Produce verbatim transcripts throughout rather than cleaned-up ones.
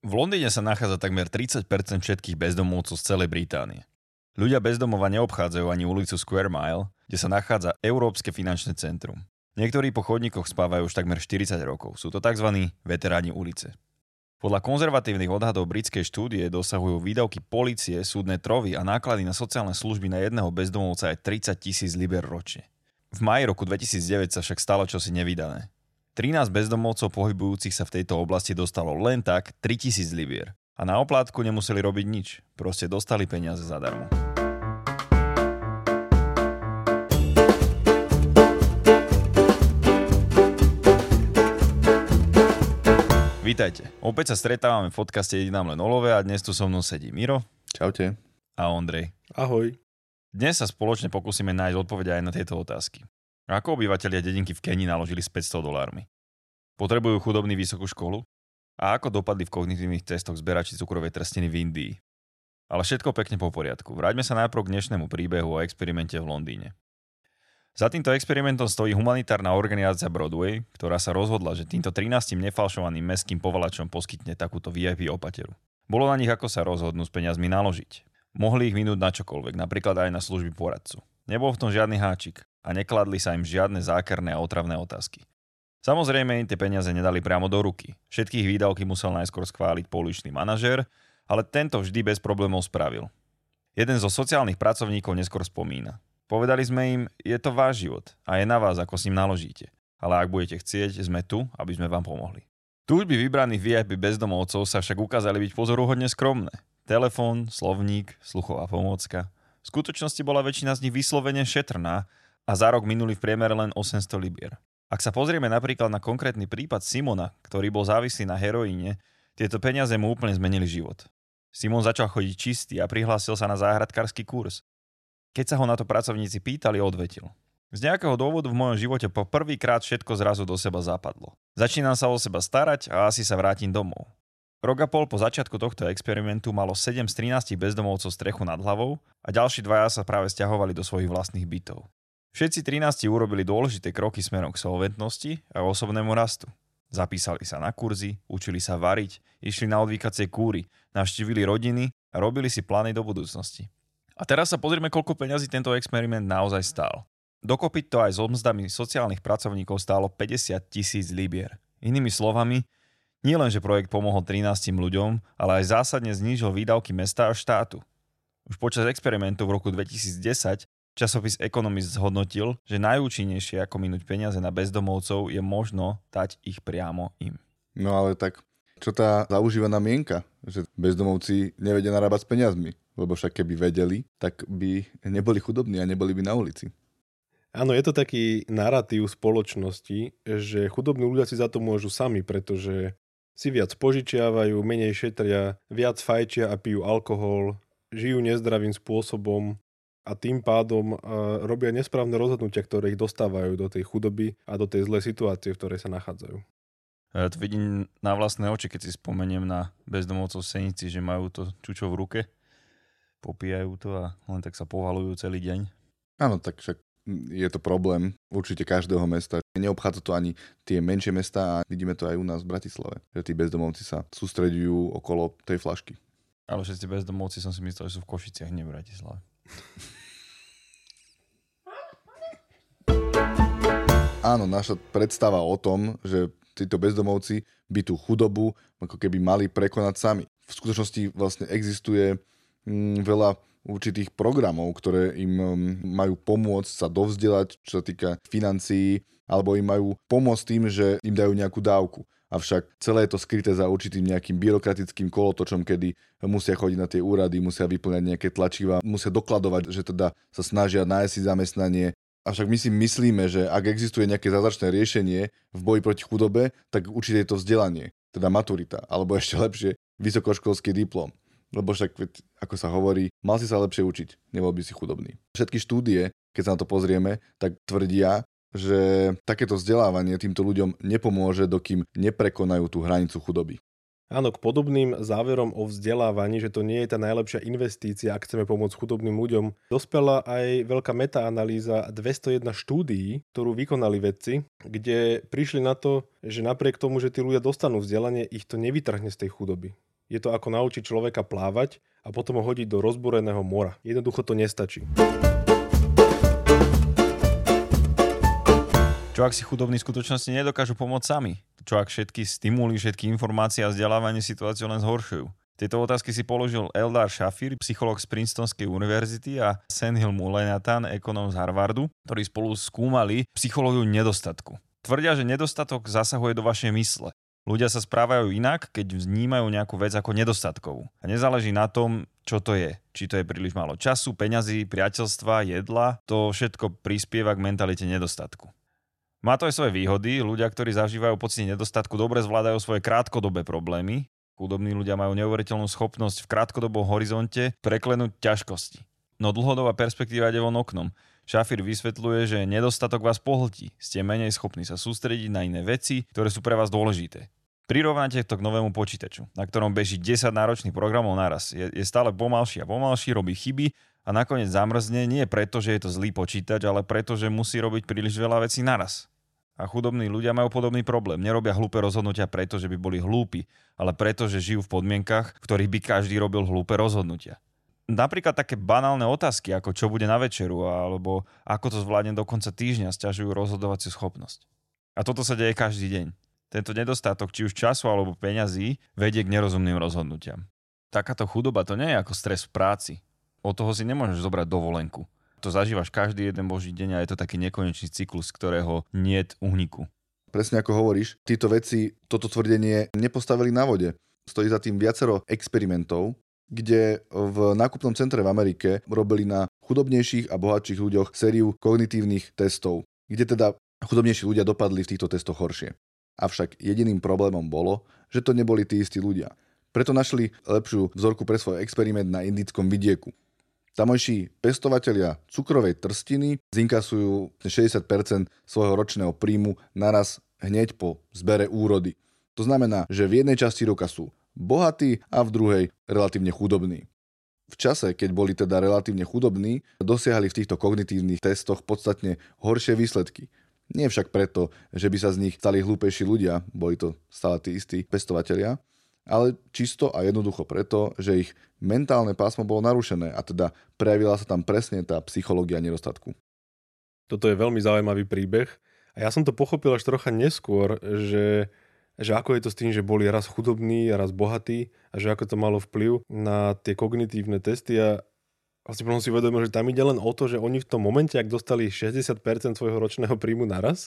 V Londýne sa nachádza takmer tridsať percent všetkých bezdomovcov z celej Británie. Ľudia bezdomova neobchádzajú ani ulicu Square Mile, kde sa nachádza Európske finančné centrum. Niektorí po chodníkoch spávajú už takmer štyridsať rokov. Sú to tzv. Veteráni ulice. Podľa konzervatívnych odhadov britskej štúdie dosahujú výdavky polície, súdne trovy a náklady na sociálne služby na jedného bezdomovca aj tridsať tisíc libier ročne. V máji roku dvetisícdeväť sa však stalo čosi nevídané. trinásť bezdomovcov pohybujúcich sa v tejto oblasti dostalo len tak tritisíc libier. A na oplátku nemuseli robiť nič. Proste dostali peniaze zadarmo. Vítajte. Opäť sa stretávame v podcaste Jedinám len olove a dnes tu so mnou sedí Miro. Čaute. A Ondrej. Ahoj. Dnes sa spoločne pokúsime nájsť odpovede aj na tieto otázky. Ako obyvatelia dedinky v Kenii naložili s päťsto dolármi? Potrebujú chudobní vysokú školu? A ako dopadli v kognitívnych testoch zberači cukrovej trstiny v Indii? Ale všetko pekne po poriadku. Vráťme sa najprv k dnešnému príbehu o experimente v Londýne. Za týmto experimentom stojí humanitárna organizácia Broadway, ktorá sa rozhodla, že týmto trinástim nefalšovaným mestským povalačom poskytne takúto vé í pé opateru. Bolo na nich, ako sa rozhodnú s peniazmi naložiť. Mohli ich minúť na čokoľvek, napríklad aj na služby poradcu. Nebol v tom žiadny háčik a nekladli sa im žiadne zákerné a otravné otázky. Samozrejme im tie peniaze nedali priamo do ruky. Všetkých výdavky musel najskôr schváliť pouličný manažér, ale tento vždy bez problémov spravil. Jeden zo sociálnych pracovníkov neskôr spomína. Povedali sme im, je to váš život a je na vás, ako s ním naložíte. Ale ak budete chcieť, sme tu, aby sme vám pomohli. Túžby vybraných vé í pé bezdomovcov sa však ukázali byť pozoruhodne skromné. Telefón, slovník, sluchová pomôcka. V skutočnosti bola väčšina z nich vyslovene šetrná a za rok minuli v priemere len osemsto libier. Ak sa pozrieme napríklad na konkrétny prípad Simona, ktorý bol závislý na heroíne, tieto peniaze mu úplne zmenili život. Simon začal chodiť čistý a prihlásil sa na záhradkársky kurz. Keď sa ho na to pracovníci pýtali, odvetil. Z nejakého dôvodu v mojom živote po prvýkrát všetko zrazu do seba zapadlo. Začínam sa o seba starať a asi sa vrátim domov. Rok a pol po začiatku tohto experimentu malo sedem z trinástich bezdomovcov strechu nad hlavou a ďalší dvaja sa práve sťahovali do svojich vlastných bytov. Všetci trinásti urobili dôležité kroky smerom k solventnosti a osobnému rastu. Zapísali sa na kurzy, učili sa variť, išli na odvykacie kúry, navštívili rodiny a robili si plány do budúcnosti. A teraz sa pozrime, koľko peňazí tento experiment naozaj stál. Dokopy to aj so mzdami sociálnych pracovníkov stálo päťdesiat tisíc libier. Inými slovami, nie len, že projekt pomohol trinástim ľuďom, ale aj zásadne znížil výdavky mesta a štátu. Už počas experimentu v roku dvetisícdesať časopis Economist zhodnotil, že najúčinnejšie ako minúť peniaze na bezdomovcov je možno dať ich priamo im. No ale tak, čo tá zaužívaná mienka, že bezdomovci nevedia narábať s peniazmi, lebo však keby vedeli, tak by neboli chudobní a neboli by na ulici. Áno, je to taký narratív spoločnosti, že chudobní ľudia si za to môžu sami, pretože si viac požičiavajú, menej šetria, viac fajčia a pijú alkohol, žijú nezdravým spôsobom a tým pádom uh, robia nesprávne rozhodnutia, ktoré ich dostávajú do tej chudoby a do tej zlej situácie, v ktorej sa nachádzajú. Ja to vidím na vlastné oči, keď si spomeniem na bezdomovcov v Senici, že majú to čučo v ruke, popíjajú to a len tak sa povalujú celý deň. Áno, tak však je to problém určite každého mesta. Neobchádza to ani tie menšie mestá a vidíme to aj u nás v Bratislave, že tí bezdomovci sa sústreďujú okolo tej flašky. Ale všetci bezdomovci som si myslel, že sú v Košiciach, nie v Bratislave. Áno, naša predstava o tom, že títo bezdomovci by tú chudobu ako keby mali prekonať sami. V skutočnosti vlastne existuje mm, veľa určitých programov, ktoré im majú pomôcť sa dovzdelať, čo sa týka financií, alebo im majú pomôcť tým, že im dajú nejakú dávku. Avšak celé je to skryté za určitým nejakým byrokratickým kolotočom, kedy musia chodiť na tie úrady, musia vyplňať nejaké tlačivá, musia dokladovať, že teda sa snažia nájsť si zamestnanie. Avšak my si myslíme, že ak existuje nejaké zázračné riešenie v boji proti chudobe, tak určite je to vzdelanie, teda maturita, alebo ešte lepšie vysokoškolský diplom. Lebo však, ako sa hovorí, mal si sa lepšie učiť, nebol by si chudobný. Všetky štúdie, keď sa na to pozrieme, tak tvrdia, že takéto vzdelávanie týmto ľuďom nepomôže, dokým neprekonajú tú hranicu chudoby. Áno, k podobným záverom o vzdelávaní, že to nie je tá najlepšia investícia, ak chceme pomôcť chudobným ľuďom, dospela aj veľká metaanalýza dvestojedna štúdií, ktorú vykonali vedci, kde prišli na to, že napriek tomu, že tí ľudia dostanú vzdelanie, ich to nevytrhne z tej chudoby. Je to ako naučiť človeka plávať a potom ho hodiť do rozbúreného mora. Jednoducho to nestačí. Čo ak si chudobní v skutočnosti nedokážu pomôcť sami? Čo ak všetky stimuly, všetky informácie a vzdelávanie situáciu len zhoršujú? Tieto otázky si položil Eldar Shafir, psychológ z Princetonskej univerzity, a Senthil Mullainathan, ekonóm z Harvardu, ktorí spolu skúmali psychológiu nedostatku. Tvrdia, že nedostatok zasahuje do vašej mysle. Ľudia sa správajú inak, keď vnímajú nejakú vec ako nedostatkovú. A nezáleží na tom, čo to je. Či to je príliš málo času, peňazí, priateľstva, jedla. To všetko prispieva k mentalite nedostatku. Má to aj svoje výhody. Ľudia, ktorí zažívajú pocit nedostatku, dobre zvládajú svoje krátkodobé problémy. Chudobní ľudia majú neuveriteľnú schopnosť v krátkodobom horizonte preklenúť ťažkosti. No dlhodobá perspektíva ide von oknom. Shafir vysvetľuje, že nedostatok vás pohltí. Ste menej schopní sa sústrediť na iné veci, ktoré sú pre vás dôležité. Prirovnáte to k novému počítaču, na ktorom beží desať náročných programov naraz. Je, je stále pomalší a pomalší, robí chyby a nakoniec zamrzne nie preto, že je to zlý počítač, ale preto, že musí robiť príliš veľa vecí naraz. A chudobní ľudia majú podobný problém. Nerobia hlúpe rozhodnutia preto, že by boli hlúpi, ale preto, že žijú v podmienkach, v ktorých by každý robil hlúpe rozhodnutia. Napríklad také banálne otázky, ako čo bude na večeru, alebo ako to zvládne do konca týždňa, sťažujú rozhodovaciu schopnosť. A toto sa deje každý deň. Tento nedostatok, či už času alebo peňazí, vedie k nerozumným rozhodnutiam. Takáto chudoba to nie je ako stres v práci. Od toho si nemôžeš zobrať dovolenku. To zažívaš každý jeden boží deň a je to taký nekonečný cyklus, ktorého niet úniku. Presne ako hovoríš, títo veci, toto tvrdenie nepostavili na vode. Stojí za tým viacero experimentov, kde v nákupnom centre v Amerike robili na chudobnejších a bohatších ľuďoch sériu kognitívnych testov, kde teda chudobnejší ľudia dopadli v týchto testoch horšie. Avšak jediným problémom bolo, že to neboli tí istí ľudia. Preto našli lepšiu vzorku pre svoj experiment na indickom vidieku. Tamojší pestovatelia cukrovej trstiny zinkasujú šesťdesiat percent svojho ročného príjmu naraz hneď po zbere úrody. To znamená, že v jednej časti roka sú bohatí a v druhej relatívne chudobní. V čase, keď boli teda relatívne chudobní, dosiahli v týchto kognitívnych testoch podstatne horšie výsledky. Nie však preto, že by sa z nich stali hlúpejší ľudia, boli to stále tí istí pestovatelia, ale čisto a jednoducho preto, že ich mentálne pásmo bolo narušené a teda prejavila sa tam presne tá psychológia nedostatku. Toto je veľmi zaujímavý príbeh a ja som to pochopil až trocha neskôr, že, že ako je to s tým, že boli raz chudobní a raz bohatí a že ako to malo vplyv na tie kognitívne testy a vlastne potom si uvedomil, že tam ide len o to, že oni v tom momente, ak dostali šesťdesiat percent svojho ročného príjmu naraz,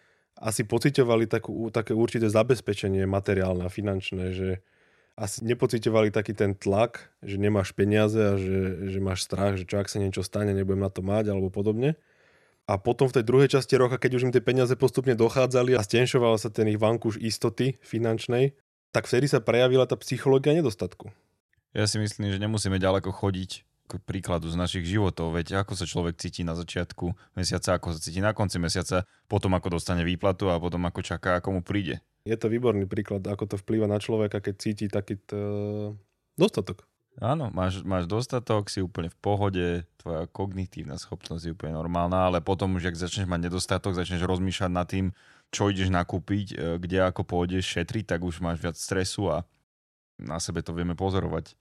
asi pociťovali takú, také určité zabezpečenie materiálne a finančné, že asi nepociťovali taký ten tlak, že nemáš peniaze a že, že máš strach, že čo ak sa niečo stane, nebudem na to mať alebo podobne. A potom v tej druhej časti roka, keď už im tie peniaze postupne dochádzali a stenšoval sa ten ich vankúš istoty finančnej, tak vtedy sa prejavila tá psychológia nedostatku. Ja si myslím, že nemusíme ďaleko chodiť k príkladu z našich životov, veď ako sa človek cíti na začiatku mesiaca, ako sa cíti na konci mesiaca, potom ako dostane výplatu a potom ako čaká, ako mu príde. Je to výborný príklad, ako to vplýva na človeka, keď cíti takýto dostatok. Áno, máš, máš dostatok, si úplne v pohode, tvoja kognitívna schopnosť je úplne normálna, ale potom už, ak začneš mať nedostatok, začneš rozmýšľať nad tým, čo ideš nakúpiť, kde ako pôjdeš šetriť, tak už máš viac stresu a na sebe to vieme pozorovať.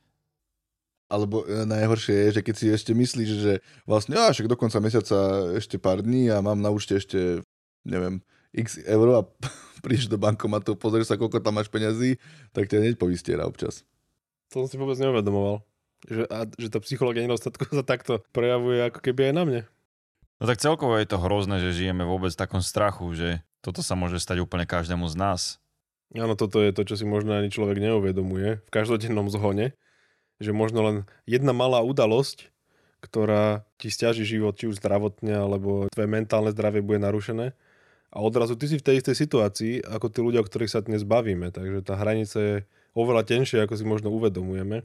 Alebo najhoršie je, že keď si ešte myslíš, že vlastne á, však do konca mesiaca ešte pár dní a mám na účte ešte, neviem, x eur a prídeš do bankomatu, pozrieš sa, koľko tam máš peňazí, tak ťa hneď povystiera občas. To som si vôbec neuvedomoval. Že, a, že tá psychológia nedostatku sa takto prejavuje ako keby aj na mne. No tak celkovo je to hrozné, že žijeme vôbec v takom strachu, že toto sa môže stať úplne každému z nás. Áno, toto je to, čo si možno ani človek neuvedomuje v každodennom zhone. Že možno len jedna malá udalosť, ktorá ti stiaží život, či už zdravotne, alebo tvoje mentálne zdravie bude narušené. A odrazu ty si v tej istej situácii, ako tí ľudia, o ktorých sa dnes bavíme. Takže tá hranica je oveľa tenšia, ako si možno uvedomujeme.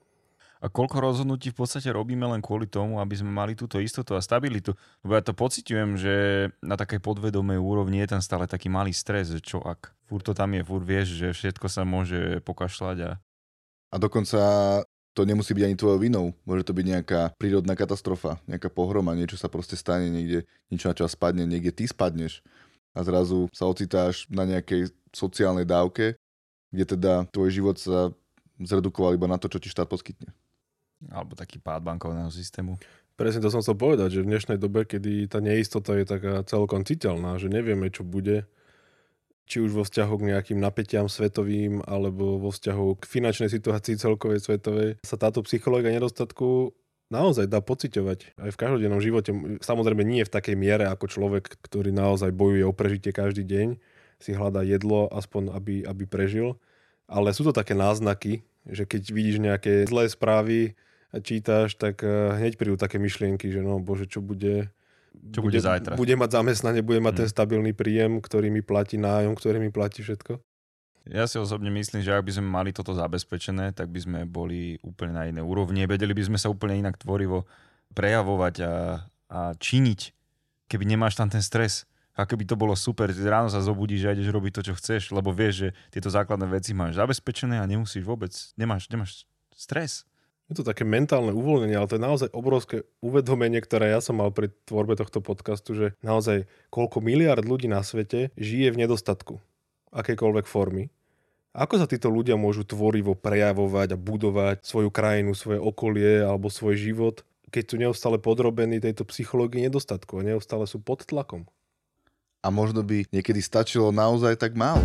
A koľko rozhodnutí v podstate robíme len kvôli tomu, aby sme mali túto istotu a stabilitu. Lebo ja to pociťujem, že na takej podvedomej úrovni je tam stále taký malý stres, že čo ak. Fúr to tam je, fúr vieš, že všetko sa môže pokašľať. A, a dokonca to nemusí byť ani tvojou vinou. Môže to byť nejaká prírodná katastrofa, nejaká pohroma, niečo sa proste stane niekde, niečo na čo spadne, niekde ty spadneš a zrazu sa ocitáš na nejakej sociálnej dávke, kde teda tvoj život sa zredukoval iba na to, čo ti štát poskytne. Alebo taký pád bankovného systému. Presne to som chcel povedať, že v dnešnej dobe, kedy tá neistota je taká celkom citeľná, že nevieme, čo bude, či už vo vzťahu k nejakým napätiam svetovým, alebo vo vzťahu k finančnej situácii celkovej svetovej, sa táto psychológia nedostatku naozaj dá pociťovať aj v každodennom živote. Samozrejme nie v takej miere ako človek, ktorý naozaj bojuje o prežitie každý deň, si hľadá jedlo, aspoň aby, aby prežil. Ale sú to také náznaky, že keď vidíš nejaké zlé správy a čítaš, tak hneď prídu také myšlienky, že no bože, čo bude... Čo bude, bude zajtra? Bude mať zamestnanie, bude mať hmm. ten stabilný príjem, ktorý mi platí nájom, ktorý mi platí všetko. Ja si osobne myslím, že ak by sme mali toto zabezpečené, tak by sme boli úplne na inej úrovni. Vedeli by sme sa úplne inak tvorivo prejavovať a, a činiť, keby nemáš tam ten stres. A keby to bolo super, ráno sa zobudíš a ideš robiť to, čo chceš, lebo vieš, že tieto základné veci máš zabezpečené a nemusíš vôbec, nemáš, nemáš stres. Je to také mentálne uvoľnenie, ale to je naozaj obrovské uvedomenie, ktoré ja som mal pri tvorbe tohto podcastu, že naozaj koľko miliard ľudí na svete žije v nedostatku akejkoľvek formy. Ako sa títo ľudia môžu tvorivo prejavovať a budovať svoju krajinu, svoje okolie alebo svoj život, keď sú neustále podrobení tejto psychológii nedostatku a neustále sú pod tlakom? A možno by niekedy stačilo naozaj tak málo.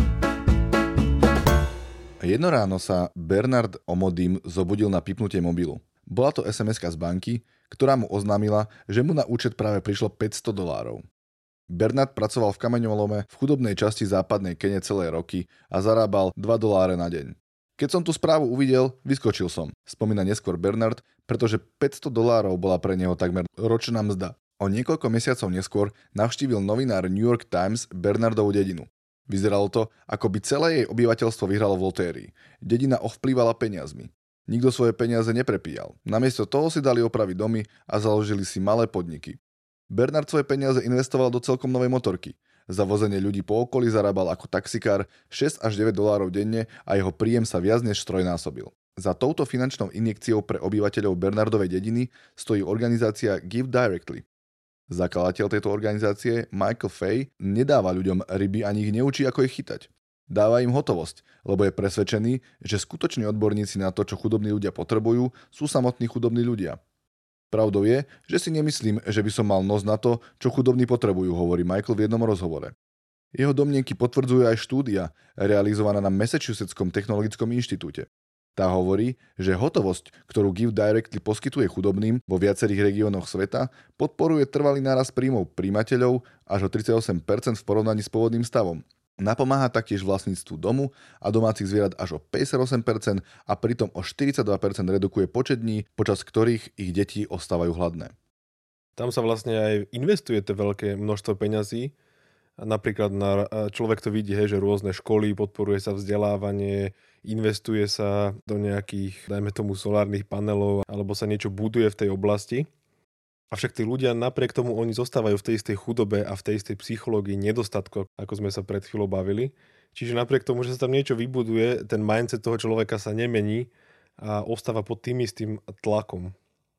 Jedno ráno sa Bernard Omodim zobudil na pipnutie mobilu. Bola to es em eska z banky, ktorá mu oznámila, že mu na účet práve prišlo päťsto dolárov. Bernard pracoval v kameňolome v chudobnej časti západnej Kene celé roky a zarábal dva doláre na deň. Keď som tú správu uvidel, vyskočil som, spomína neskôr Bernard, pretože päťsto dolárov bola pre neho takmer ročná mzda. O niekoľko mesiacov neskôr navštívil novinár New York Times Bernardovú dedinu. Vyzeralo to, ako by celé jej obyvateľstvo vyhralo v lotérii. Dedina ovplývala peniazmi. Nikto svoje peniaze neprepíjal. Namiesto toho si dali opraviť domy a založili si malé podniky. Bernard svoje peniaze investoval do celkom novej motorky. Za vozenie ľudí po okolí zarábal ako taxikár šesť až deväť dolárov denne a jeho príjem sa viac než trojnásobil. Za touto finančnou injekciou pre obyvateľov Bernardovej dediny stojí organizácia Give Directly. Zakladateľ tejto organizácie, Michael Fay, nedáva ľuďom ryby ani ich neučí, ako ich chytať. Dáva im hotovosť, lebo je presvedčený, že skutoční odborníci na to, čo chudobní ľudia potrebujú, sú samotní chudobní ľudia. Pravdou je, že si nemyslím, že by som mal nos na to, čo chudobní potrebujú, hovorí Michael v jednom rozhovore. Jeho domnienky potvrdzuje aj štúdia, realizovaná na Massachusettskom technologickom inštitúte. Tá hovorí, že hotovosť, ktorú Give Directly poskytuje chudobným vo viacerých regiónoch sveta, podporuje trvalý nárast príjmov príjmateľov až o tridsaťosem percent v porovnaní s pôvodným stavom. Napomáha taktiež vlastníctvu domu a domácich zvierat až o päťdesiatosem percent a pritom o štyridsaťdva percent redukuje počet dní, počas ktorých ich deti ostávajú hladné. Tam sa vlastne aj investuje to veľké množstvo peňazí. Napríklad na, človek to vidí, hej, že rôzne školy, podporuje sa vzdelávanie, investuje sa do nejakých, dajme tomu, solárnych panelov, alebo sa niečo buduje v tej oblasti. Avšak tí ľudia napriek tomu, oni zostávajú v tej istej chudobe a v tej istej psychológii nedostatku, ako sme sa pred chvíľou bavili. Čiže napriek tomu, že sa tam niečo vybuduje, ten mindset toho človeka sa nemení a ostáva pod tým istým tlakom.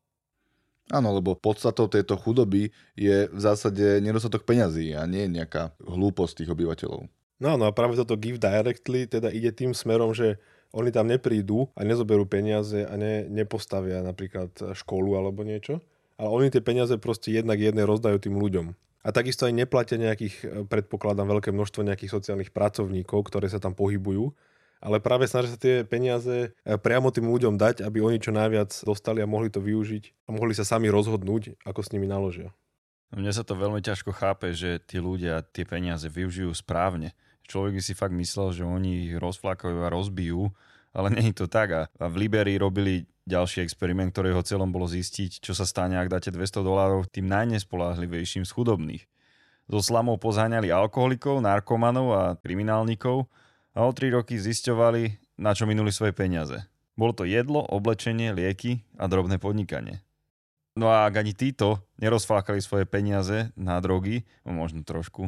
Áno, lebo podstatou tejto chudoby je v zásade nedostatok peňazí a nie nejaká hlúposť tých obyvateľov. No, no a práve toto Give Directly teda ide tým smerom, že oni tam neprídu a nezoberú peniaze a ne, nepostavia napríklad školu alebo niečo, ale oni tie peniaze proste jednak jedné rozdajú tým ľuďom. A takisto aj neplatia nejakých, predpokladám, veľké množstvo nejakých sociálnych pracovníkov, ktoré sa tam pohybujú, ale práve snažia sa tie peniaze priamo tým ľuďom dať, aby oni čo najviac dostali a mohli to využiť a mohli sa sami rozhodnúť, ako s nimi naložia. Mne sa to veľmi ťažko chápe, že tí ľudia tie peniaze využijú správne. Človek by si fakt myslel, že oni ich rozflakajú a rozbijú, ale nie je to tak. A v Liberii robili ďalší experiment, ktorého cieľom bolo zistiť, čo sa stane, ak dáte dvesto dolárov tým najnespoľahlivejším z chudobných. Zo slamov pozáňali alkoholikov, narkomanov a kriminálnikov a o tri roky zisťovali, na čo minuli svoje peniaze. Bolo to jedlo, oblečenie, lieky a drobné podnikanie. No a ak ani títo nerozflákali svoje peniaze na drogy, no možno trošku,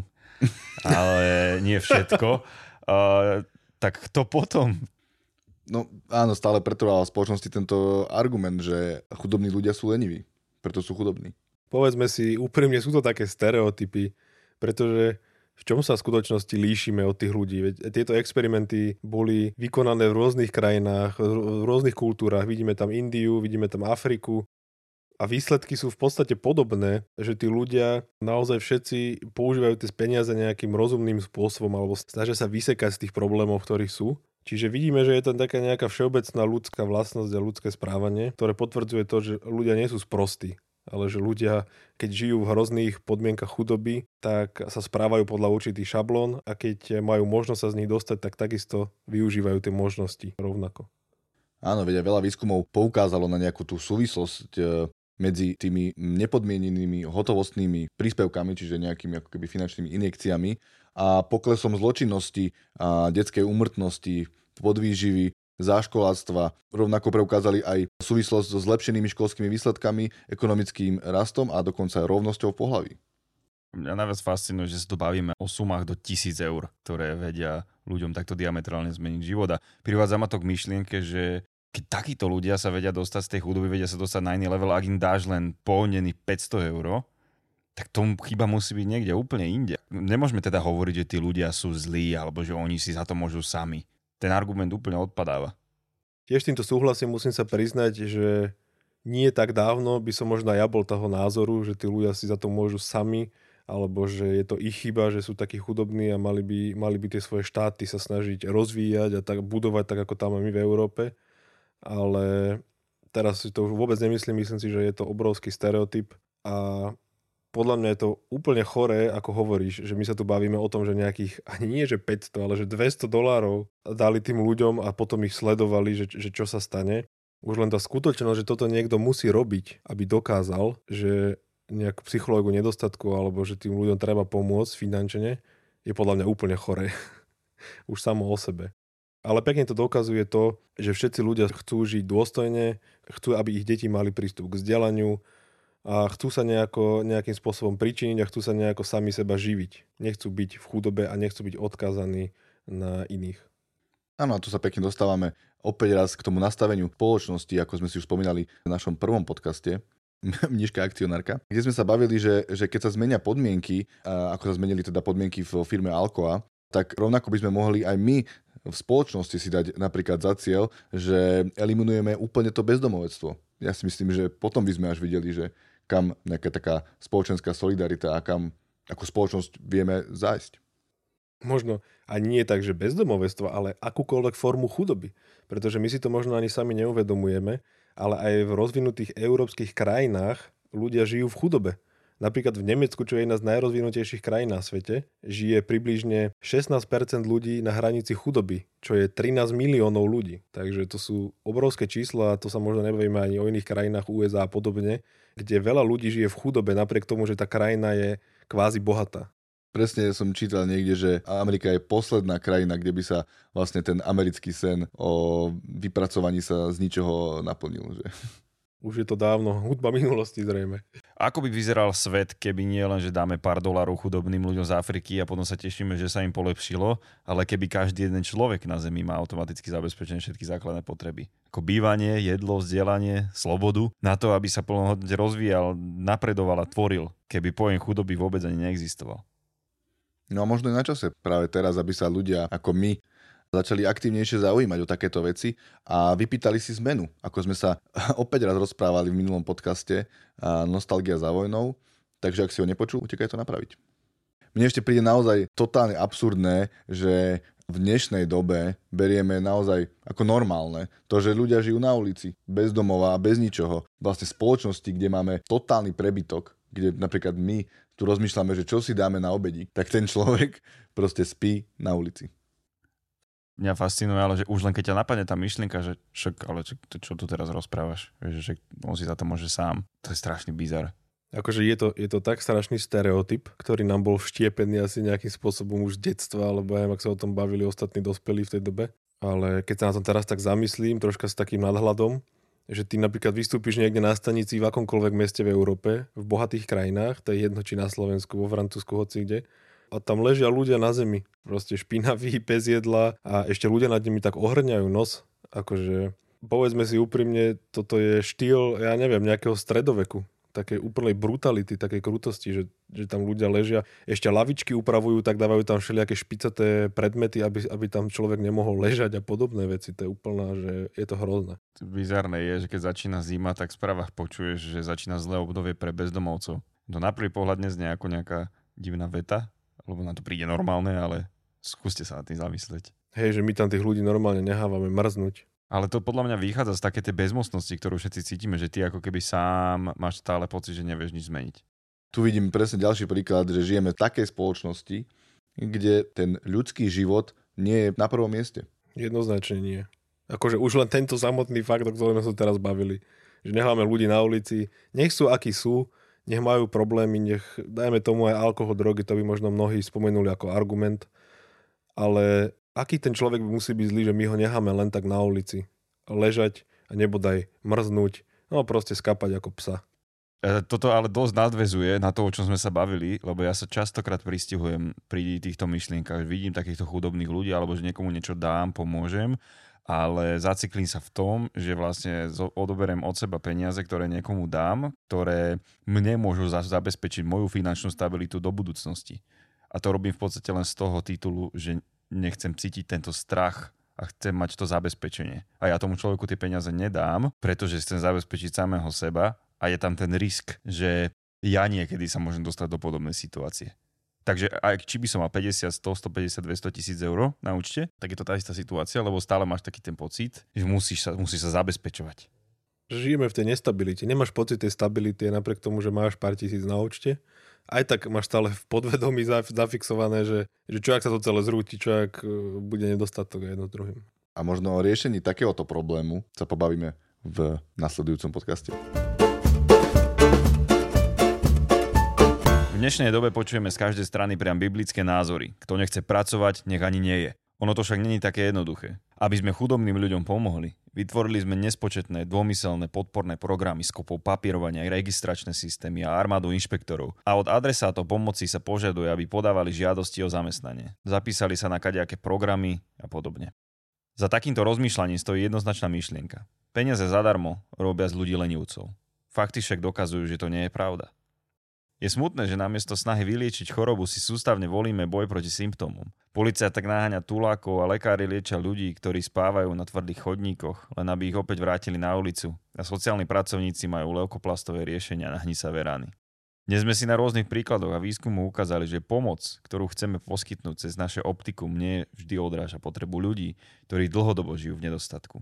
ale nie všetko, uh, tak kto potom? No áno, stále pretrváva v spoločnosti tento argument, že chudobní ľudia sú leniví, preto sú chudobní. Povedzme si úprimne, sú to také stereotypy, pretože v čom sa v skutočnosti líšime od tých ľudí. Veď tieto experimenty boli vykonané v rôznych krajinách, v rôznych kultúrach. Vidíme tam Indiu, vidíme tam Afriku a výsledky sú v podstate podobné, že tí ľudia naozaj všetci používajú tie peniaze nejakým rozumným spôsobom alebo snažia sa vysekať z tých problémov, ktorých sú. Čiže vidíme, že je to taká nejaká všeobecná ľudská vlastnosť a ľudské správanie, ktoré potvrdzuje to, že ľudia nie sú sprostí, ale že ľudia, keď žijú v hrozných podmienkach chudoby, tak sa správajú podľa určitých šablón a keď majú možnosť sa z nich dostať, tak takisto využívajú tie možnosti rovnako. Áno, veď veľa výskumov poukázalo na nejakú tú súvislosť medzi tými nepodmienenými hotovostnými príspevkami, čiže nejakými ako keby finančnými injekciami a poklesom zločinnosti a detskej úmrtnosti, podvýživy, záškoláctva. Rovnako preukázali aj súvislosť so zlepšenými školskými výsledkami, ekonomickým rastom a dokonca aj rovnosťou v pohlaví. Mňa najviac fascinuje, že sa tu bavíme o sumách do tisíc eur, ktoré vedia ľuďom takto diametrálne zmeniť život. A privádza ma to k myšlienke, že keď takíto ľudia sa vedia dostať z tej chudoby, vedia sa dostať na iný level, ak im dáš len pohodnených päťsto eur, tak tomu chyba musí byť niekde úplne inde. Nemôžeme teda hovoriť, že tí ľudia sú zlí, alebo že oni si za to môžu sami. Ten argument úplne odpadáva. Tiež týmto súhlasím, musím sa priznať, že nie tak dávno by som možno ja bol toho názoru, že tí ľudia si za to môžu sami, alebo že je to ich chyba, že sú takí chudobní a mali by, mali by tie svoje štáty sa snažiť rozvíjať a tak budovať tak, ako tam my v Európe. Ale teraz si to už vôbec nemyslím, myslím si, že je to obrovský stereotyp a podľa mňa je to úplne choré, ako hovoríš, že my sa tu bavíme o tom, že nejakých, ani nie že päťsto, ale že dvesto dolárov dali tým ľuďom a potom ich sledovali, že, že čo sa stane. Už len tá skutočnosť, že toto niekto musí robiť, aby dokázal, že nejakú psychológiu nedostatku alebo že tým ľuďom treba pomôcť finančne, je podľa mňa úplne choré. Už samo o sebe. Ale pekne to dokazuje to, že všetci ľudia chcú žiť dôstojne, chcú, aby ich deti mali prístup k vzdelaniu, a chcú sa nejako, nejakým spôsobom pričiniť a chcú sa nejako sami seba živiť. Nechcú byť v chudobe a nechcú byť odkázaní na iných. Áno, a tu sa pekne dostávame opäť raz k tomu nastaveniu spoločnosti, ako sme si už spomínali v našom prvom podcaste, Mníška akcionárka, kde sme sa bavili, že, že keď sa zmenia podmienky, ako sa zmenili teda podmienky v firme Alcoa, tak rovnako by sme mohli aj my v spoločnosti si dať napríklad za cieľ, že eliminujeme úplne to bezdomovectvo. Ja si myslím, že potom by sme až videli, že kam nejaká taká spoločenská solidarita a kam ako spoločnosť vieme zájsť. Možno aj nie tak, že bezdomovectvo, ale akúkoľvek formu chudoby. Pretože my si to možno ani sami neuvedomujeme, ale aj v rozvinutých európskych krajinách ľudia žijú v chudobe. Napríklad v Nemecku, čo je jedna z najrozvinutejších krajín na svete, žije približne šestnásť percent ľudí na hranici chudoby, čo je trinásť miliónov ľudí. Takže to sú obrovské čísla a to sa možno nebavíme ani o iných krajinách ú es á a podobne, kde veľa ľudí žije v chudobe napriek tomu, že tá krajina je kvázi bohatá. Presne som čítal niekde, že Amerika je posledná krajina, kde by sa vlastne ten americký sen o vypracovaní sa z ničoho naplnil. Že? Už je to dávno, hudba minulosti zrejme. Ako by vyzeral svet, keby nie len, že dáme pár dolárov chudobným ľuďom z Afriky a potom sa tešíme, že sa im polepšilo, ale keby každý jeden človek na Zemi má automaticky zabezpečené všetky základné potreby. Ako bývanie, jedlo, vzdelanie, slobodu, na to, aby sa plnohodnotne rozvíjal, napredoval a tvoril, keby pojem chudoby vôbec ani neexistoval. No a možno je na čase práve teraz, aby sa ľudia ako my začali aktívnejšie zaujímať o takéto veci a vypýtali si zmenu. Ako sme sa opäť raz rozprávali v minulom podcaste Nostalgia za vojnou, takže ak si ho nepočul, utekaj to napraviť. Mne ešte príde naozaj totálne absurdné, že v dnešnej dobe berieme naozaj ako normálne to, že ľudia žijú na ulici, bez domova a bez ničoho. Vlastne spoločnosti, kde máme totálny prebytok, kde napríklad my tu rozmýšľame, že čo si dáme na obedík, tak ten človek proste spí na ulici. Mňa fascinuje, ale že už len keď ťa napadne tá myšlienka, že však, ale čo, čo tu teraz rozprávaš, že, že on si za to môže sám. To je strašný bizar. Akože je to, je to tak strašný stereotyp, ktorý nám bol vštiepený asi nejakým spôsobom už z detstva, alebo aj ak sa o tom bavili ostatní dospelí v tej dobe. Ale keď sa na tom teraz tak zamyslím, troška s takým nadhľadom, že ty napríklad vystúpiš niekde na stanici v akomkoľvek meste v Európe, v bohatých krajinách, to je jedno či na Slovensku, vo Francúzsku, hoci kde, a tam ležia ľudia na zemi, proste špinaví, bez jedla a ešte ľudia nad nimi tak ohrňajú nos. Akože, povedzme si úprimne, toto je štýl, ja neviem, nejakého stredoveku. takej úplnej brutality, takej krutosti, že, že tam ľudia ležia, ešte lavičky upravujú, tak dávajú tam všelijaké špicaté predmety, aby, aby tam človek nemohol ležať a podobné veci. To je úplná, že je to hrozné. Bizarné je, že keď začína zima, tak v správach počuješ, že začína zlé obdobie pre bezdomovcov. To na prvý pohľad neznie ako nejaká divná veta, lebo na to príde normálne, ale skúste sa na tým zamyslieť. Hej, že my tam tých ľudí normálne nehávame mrznúť. Ale to podľa mňa vychádza z také tej bezmocnosti, ktorú všetci cítime, že ty ako keby sám máš stále pocit, že nevieš nič zmeniť. Tu vidím presne ďalší príklad, že žijeme v takej spoločnosti, kde ten ľudský život nie je na prvom mieste. Jednoznačne nie. Akože už len tento samotný fakt, o ktorom sme sa teraz bavili. Že necháme ľudí na ulici, nech sú akí sú, nech majú problémy, nech dajme tomu aj alkohol, drogy, to by možno mnohí spomenuli ako argument. Ale aký ten človek by musí byť zlý, že my ho necháme len tak na ulici ležať a nebodaj mrznúť, no proste skapať ako psa. Toto ale dosť nadväzuje na to, o čom sme sa bavili, lebo ja sa častokrát pristihujem pri týchto myšlienkach. Vidím takýchto chudobných ľudí, alebo že niekomu niečo dám, pomôžem, ale zaciklím sa v tom, že vlastne odoberiem od seba peniaze, ktoré niekomu dám, ktoré mne môžu zabezpečiť moju finančnú stabilitu do budúcnosti. A to robím v podstate len z toho titulu, že nechcem cítiť tento strach a chcem mať to zabezpečenie. A ja tomu človeku tie peniaze nedám, pretože chcem zabezpečiť samého seba a je tam ten risk, že ja niekedy sa môžem dostať do podobnej situácie. Takže aj či by som mal päťdesiat, sto, stopäťdesiat, dvesto tisíc eur na účte, tak je to tá istá situácia, lebo stále máš taký ten pocit, že musíš sa, musíš sa zabezpečovať. Žijeme v tej nestabilite. Nemáš pocit tej stability napriek tomu, že máš pár tisíc na účte. Aj tak máš stále v podvedomí zafixované, že, že čo ak sa to celé zrúti, čo ak bude nedostatok jedno s druhým. A možno o riešení takéhoto problému sa pobavíme v nasledujúcom podcaste. V dnešnej dobe počujeme z každej strany priam biblické názory. Kto nechce pracovať, nech ani nie je. Ono to však není také jednoduché. Aby sme chudobným ľuďom pomohli, vytvorili sme nespočetné dômyselné podporné programy s kopou papierovania, registračné systémy a armádu inšpektorov. A od adresátov pomoci sa požaduje, aby podávali žiadosti o zamestnanie. Zapísali sa na kadejaké programy a podobne. Za takýmto rozmýšľaním stojí jednoznačná myšlienka. Peniaze zadarmo robia z ľudí lenivcov. Fakty však dokazujú, že to nie je pravda. Je smutné, že namiesto snahy vyliečiť chorobu si sústavne volíme boj proti symptómom. Polícia tak naháňa tulákov a lekári liečia ľudí, ktorí spávajú na tvrdých chodníkoch, len aby ich opäť vrátili na ulicu. A sociálni pracovníci majú leukoplastové riešenia na hnisavé rany. Dnes sme si na rôznych príkladoch a výskumu ukázali, že pomoc, ktorú chceme poskytnúť cez naše optikum, nie vždy odráža potrebu ľudí, ktorí dlhodobo žijú v nedostatku.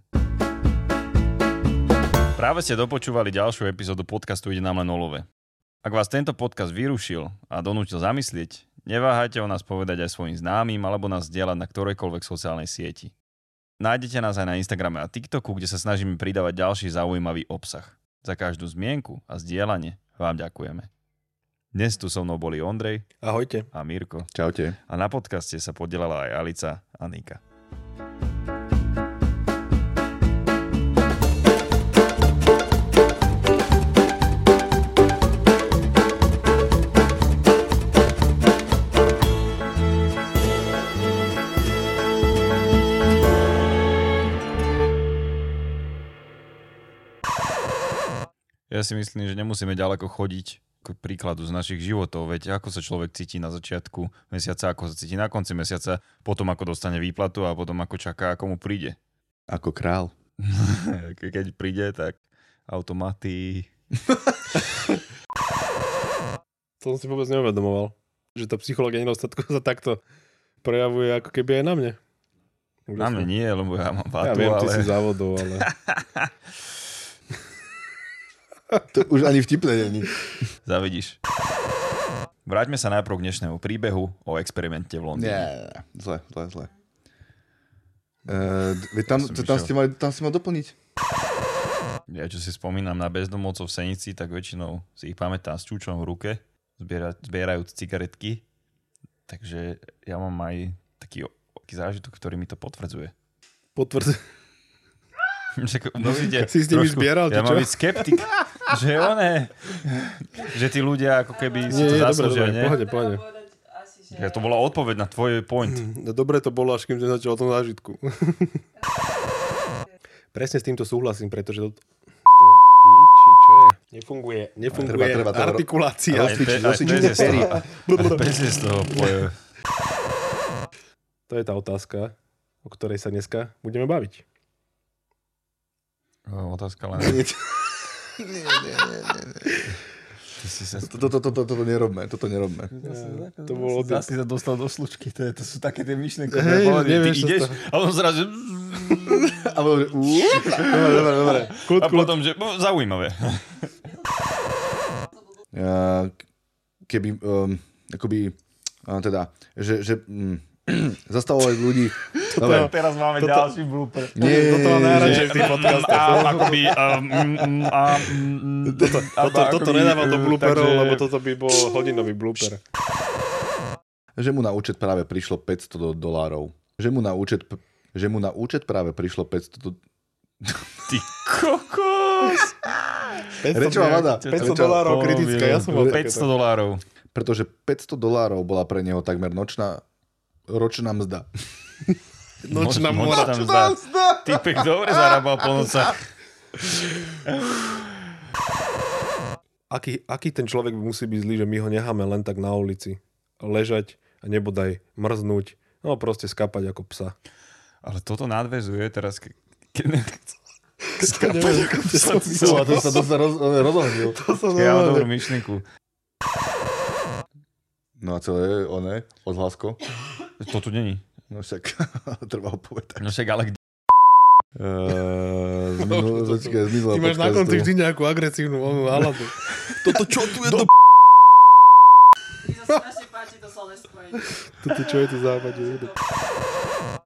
Práve ste dopočúvali ďalšiu epizódu podcastu Ide nám len o love. Ak vás tento podcast vyrušil a donútil zamyslieť, neváhajte o nás povedať aj svojim známym alebo nás zdieľať na ktorejkoľvek sociálnej sieti. Nájdete nás aj na Instagrame a TikToku, kde sa snažíme pridávať ďalší zaujímavý obsah. Za každú zmienku a zdieľanie vám ďakujeme. Dnes tu so mnou boli Ondrej. Ahojte. A Mirko. Čaute. A na podcaste sa podielala aj Alica a Nika. Ja si myslím, že nemusíme ďaleko chodiť k príkladu z našich životov, veď ako sa človek cíti na začiatku mesiaca, ako sa cíti na konci mesiaca, potom ako dostane výplatu a potom ako čaká, ako mu príde. Ako král. Keď príde, tak automaty. To som si vôbec neuvedomoval, že tá psychológia nedostatku sa takto prejavuje ako keby aj na mne. Na mne nie, lebo ja mám vatu, ja viem, ale... ty si závodov, ale... To už ani vtipné není. Zavidíš. Vráťme sa najprv k dnešnému príbehu o experimente v Londýne. Nie, zle, zle, zle. Uh, tam, tam, ste mali, tam si mal doplniť. Ja čo si spomínam na bezdomovcov v Senici, tak väčšinou si ich pamätám s čúčom v ruke, zbiera, zbierajúc cigaretky. Takže ja mám aj taký, taký zážitok, ktorý mi to potvrdzuje. Potvrdzuje? Však musíte si s nimi trošku, zbieral, ja mám byť skeptik, že one, že tí ľudia ako keby si to zaslúžia, nie? Pohode, pohode. Ja to bola odpoveď na tvoj point. No, dobre to bolo, až kým som začal o tom zážitku. Presne s týmto súhlasím, pretože to... to píči, čo je? Nefunguje, nefunguje treba, treba to artikulácia. rozcvičiť, Aj rozcvičiť pes je z pery. toho- aj pes je z toho poje. To je tá otázka, o ktorej sa dneska budeme baviť. O, Otázka len. Nie, nie, nie, nie, nie. Ty si sa... Toto, toto, toto, toto nerobme, toto nerobme. To bolo od... Zase sa dostal do slučky, to, je, to sú také tie myšlenky. Hej, ktoré nevieš, ty čo ideš to- a on zrazu... A potom, že... uú. Dobre, dobre, dobre. Kľud, A kľud. potom, že no, zaujímavé. Ja, keby, um, akoby, a teda, že, že um, zastavovať ľudí... Dobre, Teraz máme toto- ďalší blooper. nie, Toto mám najradšej v tých A podcastoch. akoby... um, mm, a, mm, Toto, toto, toto akoby, nedával do uh, blooperov, takže- lebo toto by bol hodinový blooper. že mu na účet práve prišlo päťsto do- dolárov. Že mu na účet, že mu na účet práve prišlo päťsto do... Ty kokos! Rečová vada. päťsto Rečová- dolárov kritická, ja som mal päťsto takéto. dolárov. Pretože päťsto dolárov bola pre neho takmer nočná, ročná mzda. Nočná Noč- mora. nočná mzda. Typek dobre zarábal po nocách. Aký, aký ten človek musí byť zlý, že my ho necháme len tak na ulici ležať a nebodaj mrznúť, no proste skapať ako psa. Ale toto nadväzuje teraz... Ke, ke, Neviem, ako to som No, a to sa, to sa roz, rozohnil. ja mám dobrú myšlienku. No a celé, one, odhlasko. To tu není. No však, treba ho povedať. No však ale kde? Uh, z minul, počkaj, z minulého Ty máš na konci podcastu. vždy nejakú agresívnu onú náladu. Toto čo tu je do... Mi sa strašne páči to slovné spojenie. Toto čo je tu západe?